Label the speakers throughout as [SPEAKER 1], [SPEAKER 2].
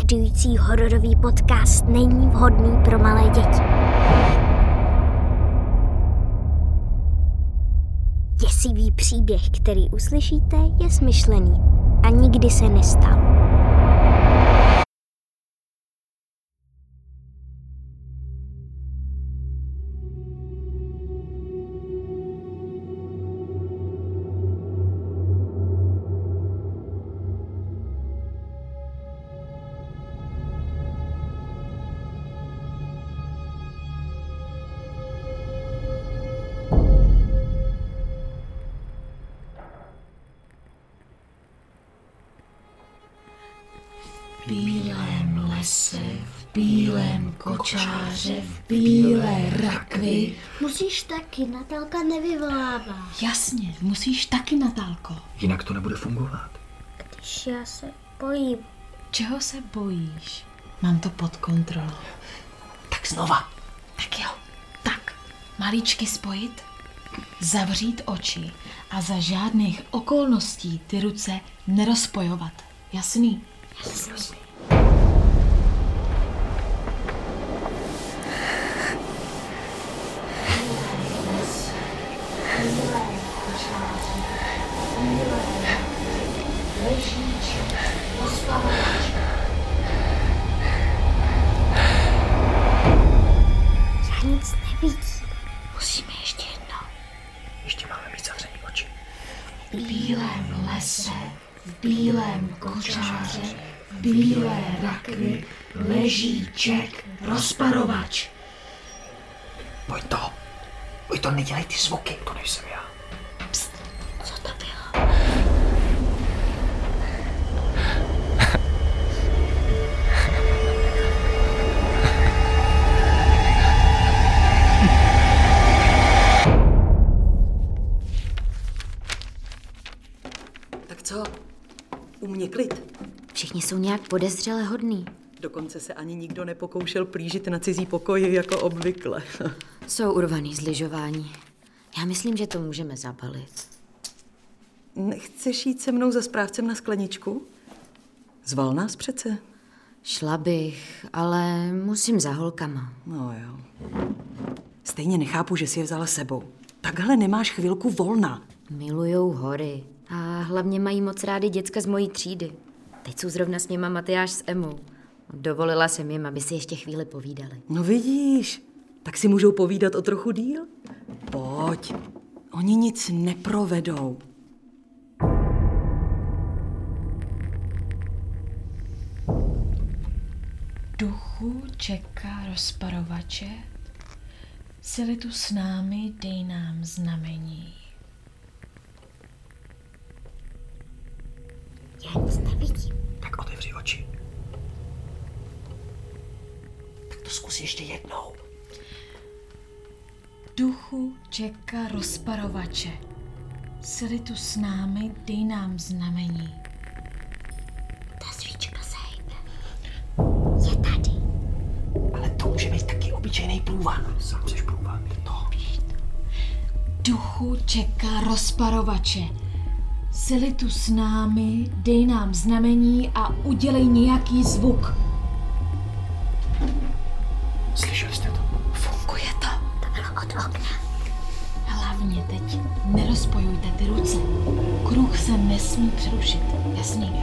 [SPEAKER 1] Následující hororový podcast není vhodný pro malé děti. Děsivý příběh, který uslyšíte, je smyšlený a nikdy se nestal.
[SPEAKER 2] V bílém lese, v bílém kočáře, v bílé rakvi.
[SPEAKER 1] Musíš taky, Natálka nevyvolává.
[SPEAKER 2] Jasně, musíš taky, Natálko.
[SPEAKER 3] Jinak to nebude fungovat.
[SPEAKER 1] Když já se bojím.
[SPEAKER 2] Čeho se bojíš? Mám to pod kontrolou.
[SPEAKER 3] Tak znova.
[SPEAKER 2] Tak jo, tak. Malíčky spojit, zavřít oči a za žádných okolností ty ruce nerozpojovat. Jasný?
[SPEAKER 1] Jasný. Já nic nevidím. Musíme ještě jednou.
[SPEAKER 3] Ještě máme mít zavřený oči.
[SPEAKER 2] V bílém lese, v bílém kočáře, v bílé rakvi leží Jack rozparovač.
[SPEAKER 3] Pojď to, nedělej ty zvuky, to nejsem já.
[SPEAKER 1] Pst, co to bylo?
[SPEAKER 4] Tak co? U mě klid.
[SPEAKER 5] Všichni jsou nějak podezřele hodný.
[SPEAKER 4] Dokonce se ani nikdo nepokoušel plížit na cizí pokoji jako obvykle.
[SPEAKER 5] Jsou urvaný z lyžování. Já myslím, že to můžeme zabalit.
[SPEAKER 4] Nechceš jít se mnou za správcem na skleničku? Zval nás přece.
[SPEAKER 5] Šla bych, ale musím za holkama.
[SPEAKER 4] No jo. Stejně nechápu, že si je vzala sebou. Takhle nemáš chvilku volna.
[SPEAKER 5] Milujou hory a hlavně mají moc rády děcka z mojí třídy. Teď jsou zrovna s nima Matyáš s Emou. Dovolila jsem jim, aby si ještě chvíli povídali.
[SPEAKER 4] No vidíš, tak si můžou povídat o trochu díl. Pojď, oni nic neprovedou.
[SPEAKER 2] Duchu Jacka rozparovače, sily tu s námi, dej nám znamení.
[SPEAKER 1] Já nic nevidím.
[SPEAKER 3] Tak otevři oči. Tak to zkus ještě jednou.
[SPEAKER 2] Duchu Jacka rozparovače, sily tu s námi, dej nám znamení.
[SPEAKER 1] Ta svíčka se hejbe. Je tady.
[SPEAKER 3] Ale to může být taky obyčejný průvan. Sám seš průvan. No.
[SPEAKER 2] Duchu Jacka rozparovače, sily tu s námi, dej nám znamení a udělej nějaký zvuk.
[SPEAKER 3] Slyšeli jste to?
[SPEAKER 2] Funguje to.
[SPEAKER 1] To bylo od okna.
[SPEAKER 2] Hlavně teď nerozpojujte ty ruce. Kruh se nesmí přerušit. Jasný?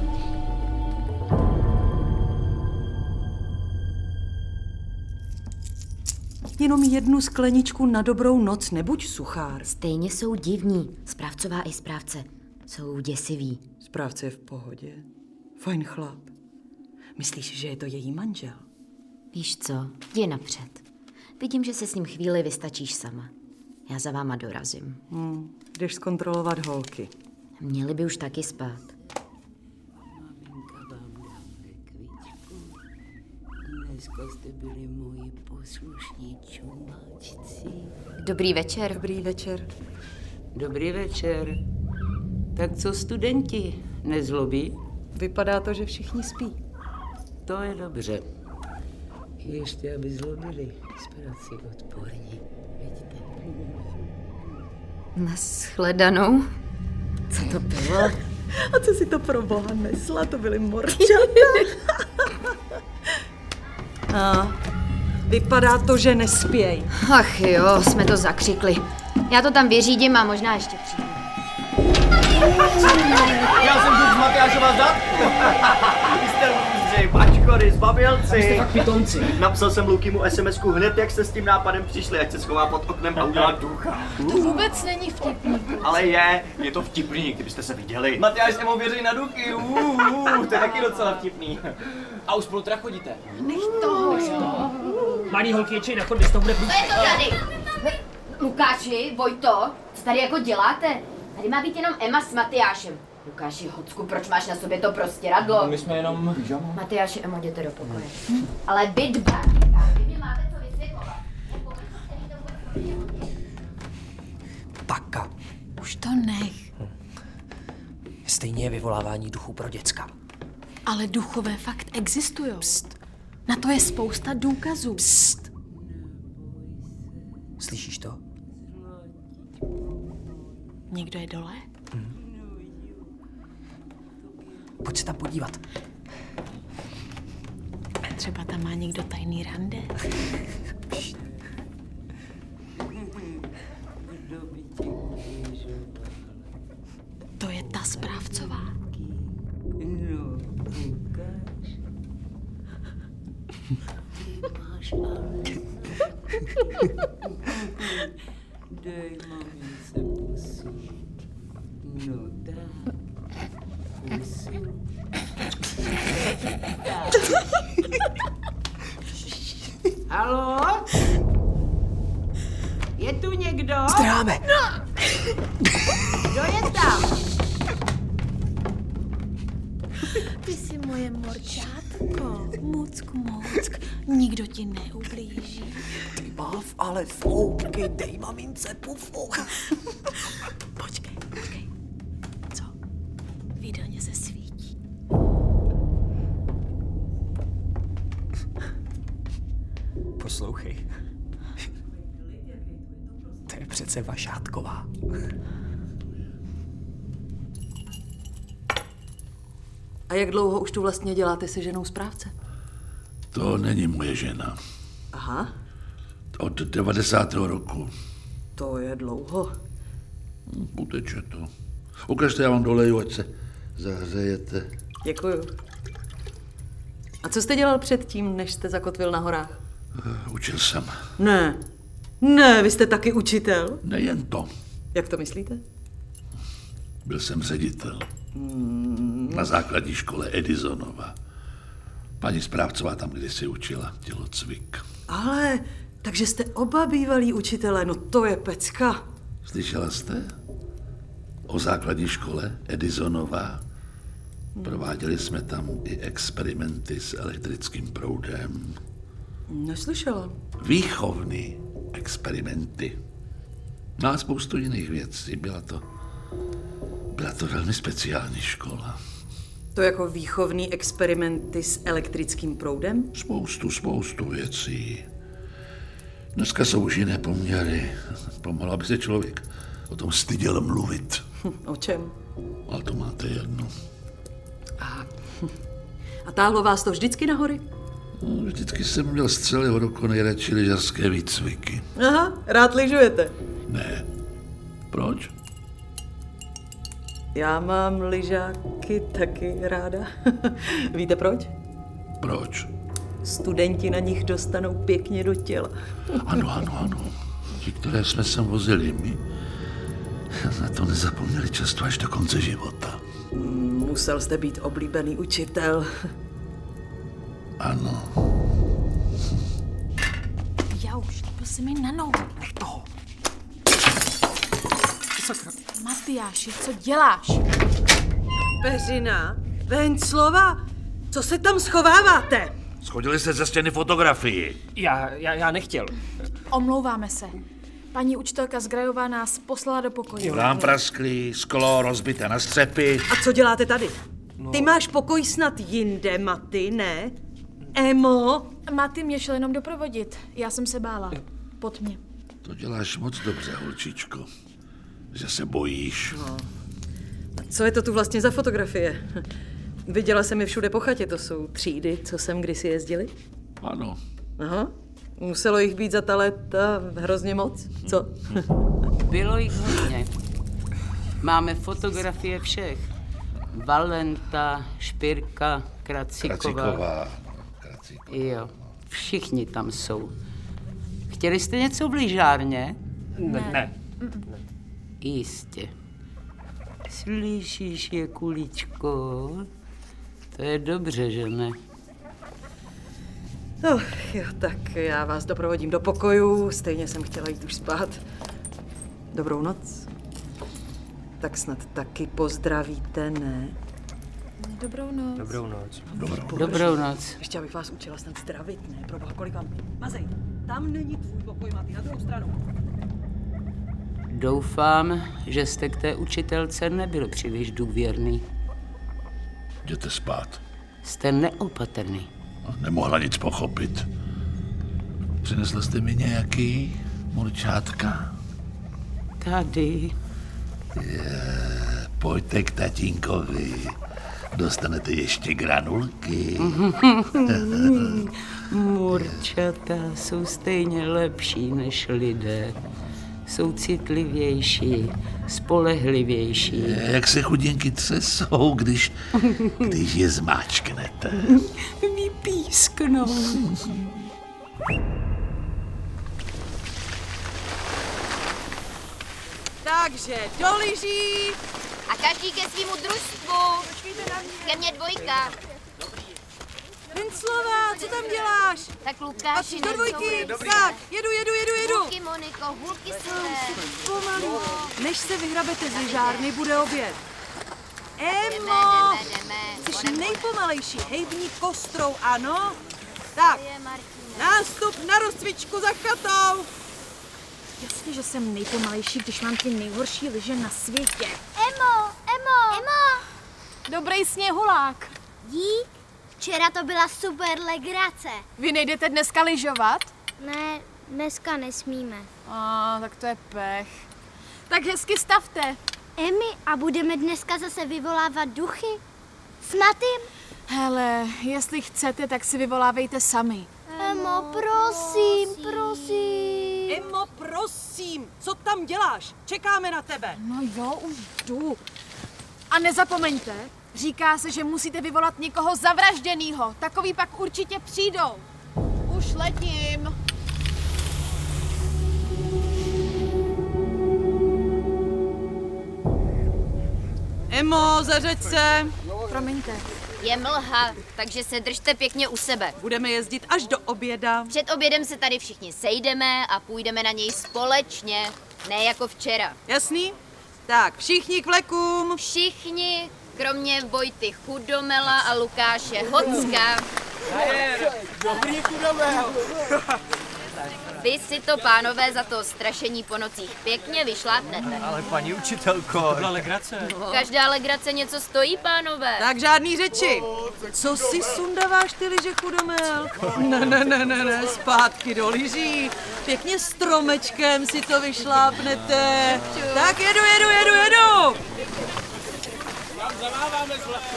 [SPEAKER 4] Jenom jednu skleničku na dobrou noc, nebuď suchár.
[SPEAKER 5] Stejně jsou divní. Správcová i správce. Jsou děsiví.
[SPEAKER 4] Správce je v pohodě. Fajn chlap. Myslíš, že je to její manžel?
[SPEAKER 5] Víš co? Jdi napřed. Vidím, že se s ním chvíli vystačíš sama. Já za váma dorazím.
[SPEAKER 4] Jdeš zkontrolovat holky.
[SPEAKER 5] Měli by už taky spát.
[SPEAKER 6] Maminka vám dáme kvíčku. Dneska jste byli moji poslušní čumáčci.
[SPEAKER 5] Dobrý večer.
[SPEAKER 4] Dobrý večer.
[SPEAKER 6] Dobrý večer. Tak co studenti, nezlobí?
[SPEAKER 4] Vypadá to, že všichni spí.
[SPEAKER 6] To je dobře. Ještě aby zlobili, spát si odporní. Vidíte?
[SPEAKER 5] Nashledanou. Co to bylo?
[SPEAKER 4] A co si to pro boha nesla? To byly morčata. A vypadá to, že nespěj.
[SPEAKER 5] Ach jo, jsme to zakřikli. Já to tam vyřídím a možná ještě přijdu.
[SPEAKER 3] Já jsem tu z Matyášova zdat. Vy jste lůzři, bačkory, zbabělci.
[SPEAKER 6] Vy jste fakt pitomci.
[SPEAKER 3] Napsal jsem Lukimu SMS-ku hned, jak jste s tím nápadem přišli, ať se schová pod oknem a udělá ducha.
[SPEAKER 2] To vůbec není vtipný.
[SPEAKER 3] Ale je to vtipný, kdybyste se viděli. Matyáš se mu věří na duchy, to je taky docela vtipný.
[SPEAKER 6] A už spolu teda chodíte?
[SPEAKER 2] Nech toho, jo.
[SPEAKER 6] Malý holky ječej na chodbě, z toho bude průšvih.
[SPEAKER 5] Tady! Lukáši, Vojto, co tady jako děláte? Tady má být jenom Emma s Matyášem. Lukáši, Hocku, proč máš na sobě to prostěradlo?
[SPEAKER 6] My jsme jenom...
[SPEAKER 5] Matyáši, Emo, jděte do pokoje. Ale vy dva, vy mě máte co vysvětlovat.
[SPEAKER 6] Paka.
[SPEAKER 2] Už to nech.
[SPEAKER 6] Stejně je vyvolávání duchů pro děcka.
[SPEAKER 2] Ale duchové fakt existují. Psst. Na to je spousta důkazů.
[SPEAKER 6] Psst. Slyšíš to?
[SPEAKER 2] Někdo je dole?
[SPEAKER 6] Pojď se tam podívat.
[SPEAKER 2] Třeba tam má někdo tajný rande? To je ta správcová.
[SPEAKER 7] Dej mamince pusu. No tak. Pusu. Haló? Je tu někdo?
[SPEAKER 6] Zdráme!
[SPEAKER 7] Kdo je tam?
[SPEAKER 2] Ty jsi moje morčátko. Muck. Nikdo ti neublíží.
[SPEAKER 6] Ty bav, ale foupky, dej mamince pufu.
[SPEAKER 2] Počkej. Co? Výdelně se svítí.
[SPEAKER 6] Poslouchej. To je přece Vašátková.
[SPEAKER 4] A jak dlouho už tu vlastně děláte se ženou správce?
[SPEAKER 8] To není moje žena.
[SPEAKER 4] Aha,
[SPEAKER 8] Od 90. roku.
[SPEAKER 4] to je dlouho.
[SPEAKER 8] Uteče to. Ukažte, já vám doleju, ať se zahřejete.
[SPEAKER 4] Děkuju. A co jste dělal předtím, než jste zakotvil na horách?
[SPEAKER 8] Učil jsem.
[SPEAKER 4] Ne, vy jste taky učitel.
[SPEAKER 8] Nejen to.
[SPEAKER 4] Jak to myslíte?
[SPEAKER 8] Byl jsem ředitel. Na základní škole Edisonova. Paní správcová tam kdysi učila tělocvik.
[SPEAKER 4] Ale, takže jste oba bývalí učitelé, no to je pecka.
[SPEAKER 8] Slyšela jste? O základní škole Edisonova. Prováděli jsme tam i experimenty s elektrickým proudem.
[SPEAKER 4] Neslyšela.
[SPEAKER 8] Výchovný experimenty. No a spoustu jiných věcí. Byla to velmi speciální škola.
[SPEAKER 4] To jako výchovný experimenty s elektrickým proudem?
[SPEAKER 8] Spoustu věcí. Dneska jsou už jiné poměry. Pomohla by se člověk o tom styděl mluvit.
[SPEAKER 4] O čem?
[SPEAKER 8] Ale to máte jedno.
[SPEAKER 4] A táhlo vás to vždycky na hory?
[SPEAKER 8] No, vždycky jsem měl z celého roku nejradši lyžařské výcviky.
[SPEAKER 4] Aha, rád lyžujete.
[SPEAKER 8] Ne. Proč?
[SPEAKER 4] Já mám lyžáky taky ráda. Víte proč?
[SPEAKER 8] Proč?
[SPEAKER 4] Studenti na nich dostanou pěkně do těla.
[SPEAKER 8] Ano. Ti, které jsme sem vozili my, na to nezapomněli často až do konce života.
[SPEAKER 4] Musel jste být oblíbený učitel.
[SPEAKER 8] Ano.
[SPEAKER 2] Já už, to si mi na nohu.
[SPEAKER 6] Nech toho. Sakra.
[SPEAKER 2] Matyáši, co děláš?
[SPEAKER 4] Peřina, Venclova, co se tam schováváte?
[SPEAKER 8] Schodili se ze stěny fotografii.
[SPEAKER 6] Já nechtěl.
[SPEAKER 2] Omlouváme se. Paní učitelka z Grajova nás poslala do pokoje.
[SPEAKER 8] Rám prasklý, sklo rozbité na střepy.
[SPEAKER 4] A co děláte tady? Ty máš pokoj snad jinde, Maty, ne? Emo?
[SPEAKER 2] Maty mě šel jenom doprovodit. Já jsem se bála. Pod mě.
[SPEAKER 8] To děláš moc dobře, holčičko. Že se bojíš.
[SPEAKER 4] Co je to tu vlastně za fotografie? Viděla jsem je všude po chatě, to jsou třídy, co sem kdysi jezdili?
[SPEAKER 8] Ano.
[SPEAKER 4] Aha, muselo jich být za ta léta hrozně moc, co?
[SPEAKER 7] Bylo jich hodně. Máme fotografie všech. Valenta, Špirka, Kracíková. Jo, všichni tam jsou. Chtěli jste něco v lyžárně?
[SPEAKER 3] Ne.
[SPEAKER 7] Jistě. Slyšíš, Jekuličko? To je dobře, že ne?
[SPEAKER 4] No, jo, tak já vás doprovodím do pokoju, stejně jsem chtěla jít už spát. Dobrou noc. Tak snad taky pozdravíte, ne?
[SPEAKER 9] Dobrou noc.
[SPEAKER 3] Dobrou noc.
[SPEAKER 7] Dobrou noc.
[SPEAKER 4] Ještě abych vás učila snad zdravit, ne? Proboha, kolik vám... Mazej, tam není tvůj pokoj, Maty, na druhou stranu.
[SPEAKER 7] Doufám, že jste k té učitelce nebyl příliš důvěrný.
[SPEAKER 8] Jděte spát.
[SPEAKER 7] Jste neopatrný.
[SPEAKER 8] Nemohla nic pochopit. Přinesla jste mi nějaký murčátka?
[SPEAKER 7] Tady.
[SPEAKER 8] Pojďte k tatínkovi. Dostanete ještě granulky.
[SPEAKER 7] Murčata jsou stejně lepší než lidé. Jsou citlivější, spolehlivější.
[SPEAKER 8] Jak se chudinky třesou, když je zmáčknete.
[SPEAKER 7] Vypísknou.
[SPEAKER 4] Takže do lyží!
[SPEAKER 1] A každý ke svýmu družstvu. Ke mně 2.
[SPEAKER 4] Venclová, co tam děláš?
[SPEAKER 1] Tak Lukáši,
[SPEAKER 4] Do 2, tak, jedu.
[SPEAKER 1] Hulky, Moniko, hulky své.
[SPEAKER 4] Pomalu, než se vyhrabete z lyžárny, bude oběd.
[SPEAKER 1] Jdeme.
[SPEAKER 4] Jsi nejpomalejší, hejbní kostrou, ano? Tak, nástup na rozcvičku za chatou.
[SPEAKER 9] Jasně, že jsem nejpomalejší, když mám ty nejhorší lyže na světě.
[SPEAKER 1] Emo.
[SPEAKER 9] Dobrý sněhulák.
[SPEAKER 1] Dík, včera to byla super legrace.
[SPEAKER 9] Vy nejdete dneska lyžovat?
[SPEAKER 1] Ne, dneska nesmíme.
[SPEAKER 9] Tak to je pech. Tak hezky stavte.
[SPEAKER 1] Emi, a budeme dneska zase vyvolávat duchy? S Matým?
[SPEAKER 9] Hele, jestli chcete, tak si vyvolávejte sami.
[SPEAKER 1] Emo, prosím.
[SPEAKER 4] Emo, prosím, co tam děláš? Čekáme na tebe.
[SPEAKER 9] No jo, už jdu. A nezapomeňte, říká se, že musíte vyvolat někoho zavražděnýho. Takový pak určitě přijdou. Už letím.
[SPEAKER 4] Emo, zařeď se.
[SPEAKER 9] Promiňte.
[SPEAKER 5] Je mlha, takže se držte pěkně u sebe.
[SPEAKER 4] Budeme jezdit až do oběda.
[SPEAKER 5] Před obědem se tady všichni sejdeme a půjdeme na něj společně, ne jako včera.
[SPEAKER 4] Jasný? Tak, všichni k vlekům.
[SPEAKER 5] Všichni, kromě Vojty Chudomela a Lukáše Hocka.
[SPEAKER 3] Dobrý Chudomel.
[SPEAKER 5] Vy si to, pánové, za to strašení po nocích pěkně vyšlápnete.
[SPEAKER 3] Ale paní učitelko, to byla legrace.
[SPEAKER 5] Každá legrace něco stojí, pánové.
[SPEAKER 4] Tak žádný řeči. Co si sundáváš ty lyže, Chudomel? Ne, zpátky do lyží. Pěkně stromečkem si to vyšlápnete. Tak jedu.
[SPEAKER 3] Vám zamáváme z vlaku.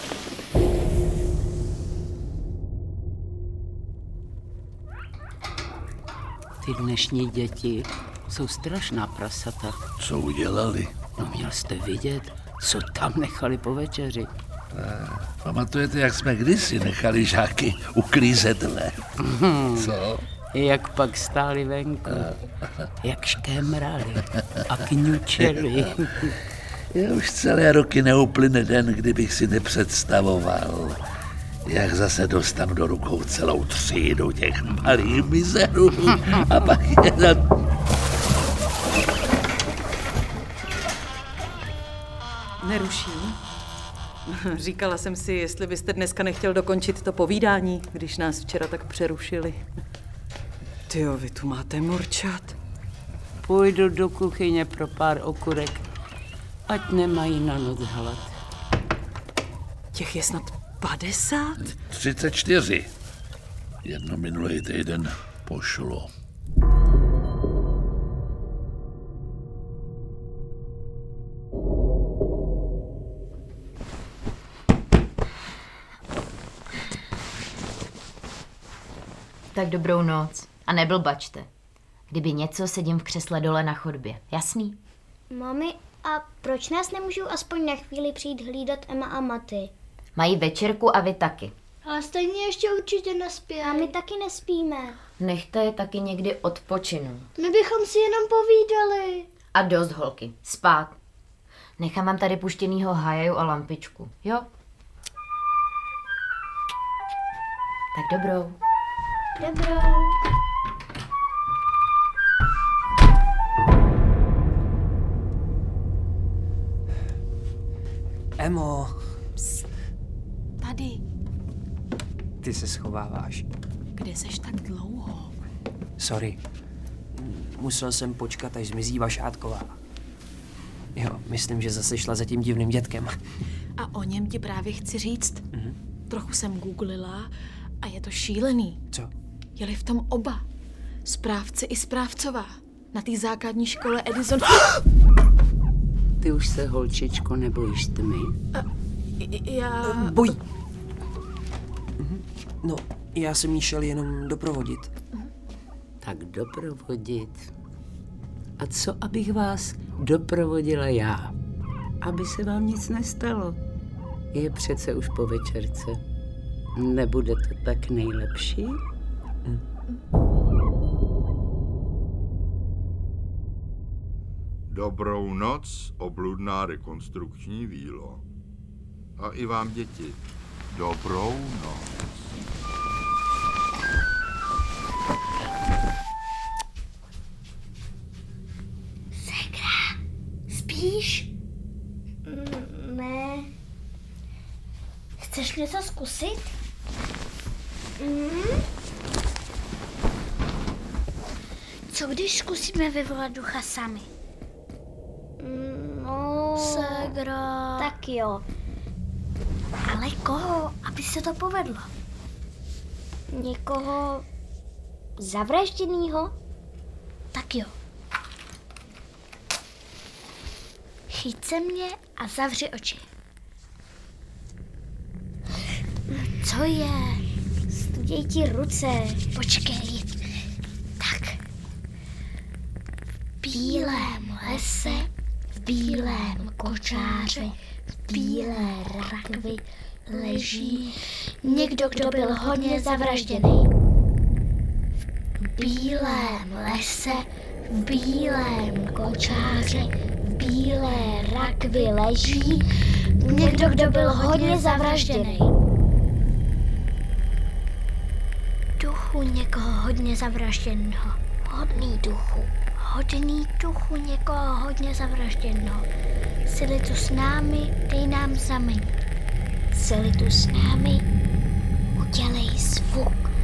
[SPEAKER 7] Ty dnešní děti jsou strašná prasata.
[SPEAKER 8] Co udělali?
[SPEAKER 7] No měl jste vidět, co tam nechali po večeři.
[SPEAKER 8] Pamatujete, jak jsme kdysi nechali žáky uklízet ven? Co?
[SPEAKER 7] Jak pak stáli venku, jak škémrali a kňučeli.
[SPEAKER 8] Už celé roky neuplyne den, kdybych si nepředstavoval, jak zase dostanu do rukou celou třídu těch malých mizerů a pak je
[SPEAKER 4] Neruším. Říkala jsem si, jestli byste dneska nechtěl dokončit to povídání, když nás včera tak přerušili. Tyjo, vy tu máte murčat.
[SPEAKER 7] Půjdu do kuchyně pro pár okurek, ať nemají na noc hlad.
[SPEAKER 4] Těch je snad 50?
[SPEAKER 8] 34. Jedno minulý týden pošlo.
[SPEAKER 5] Tak dobrou noc. A neblbačte. Kdyby něco, sedím v křesle dole na chodbě. Jasný?
[SPEAKER 1] Mami, a proč nás nemůžou aspoň na chvíli přijít hlídat Emma a Maty?
[SPEAKER 5] Mají večerku a vy taky.
[SPEAKER 1] Ale stejně ještě určitě nespí. A my taky nespíme.
[SPEAKER 5] Nechte je taky někdy odpočinout.
[SPEAKER 1] My bychom si jenom povídali.
[SPEAKER 5] A dost, holky. Spát. Nechám vám tady puštěnýho hájaju a lampičku. Jo? Tak dobrou.
[SPEAKER 1] Dobrou.
[SPEAKER 10] Emo.
[SPEAKER 2] Psst. Tady.
[SPEAKER 10] Ty se schováváš.
[SPEAKER 2] Kde seš tak dlouho?
[SPEAKER 10] Sorry. Musel jsem počkat, až zmizí Vašátková. Jo, myslím, že zase šla za tím divným dětkem.
[SPEAKER 2] A o něm ti právě chci říct. Trochu jsem googlila a je to šílený.
[SPEAKER 10] Co?
[SPEAKER 2] Jeli v tom oba. Správce i správcová. Na té základní škole Edison...
[SPEAKER 7] Ty už se, holčičko, nebojíš tmy?
[SPEAKER 2] Já...
[SPEAKER 10] Bojí. No, já jsem jí šel jenom doprovodit.
[SPEAKER 7] Tak doprovodit. A co, abych vás doprovodila já? Aby se vám nic nestalo. Je přece už po večerce. Nebude to tak nejlepší?
[SPEAKER 11] Dobrou noc, obludná rekonstrukční vílo. A i vám, děti, dobrou noc.
[SPEAKER 1] Segra, spíš? Ne. Chceš něco zkusit? Co když zkusíme vyvolat ducha sami? No... Segra... Tak jo. Ale koho, aby se to povedlo? Někoho zavražděnýho? Tak jo. Chyť se mě a zavři oči. Co je? Studěj ti ruce. Počkej. Tak. V bílém lese, v bílém kočáři, v bílé rakvi leží někdo, kdo byl hodně zavražděný. V bílém lese, v bílém kočáři, v bílé rakvi leží někdo, kdo byl hodně zavražděný. Duchu někoho hodně zavražděného. Hodný duchu. Hodný duchu někoho hodně zavražděného. Sily tu s námi, dej nám zameň. Sily tu s námi, udělej zvuk.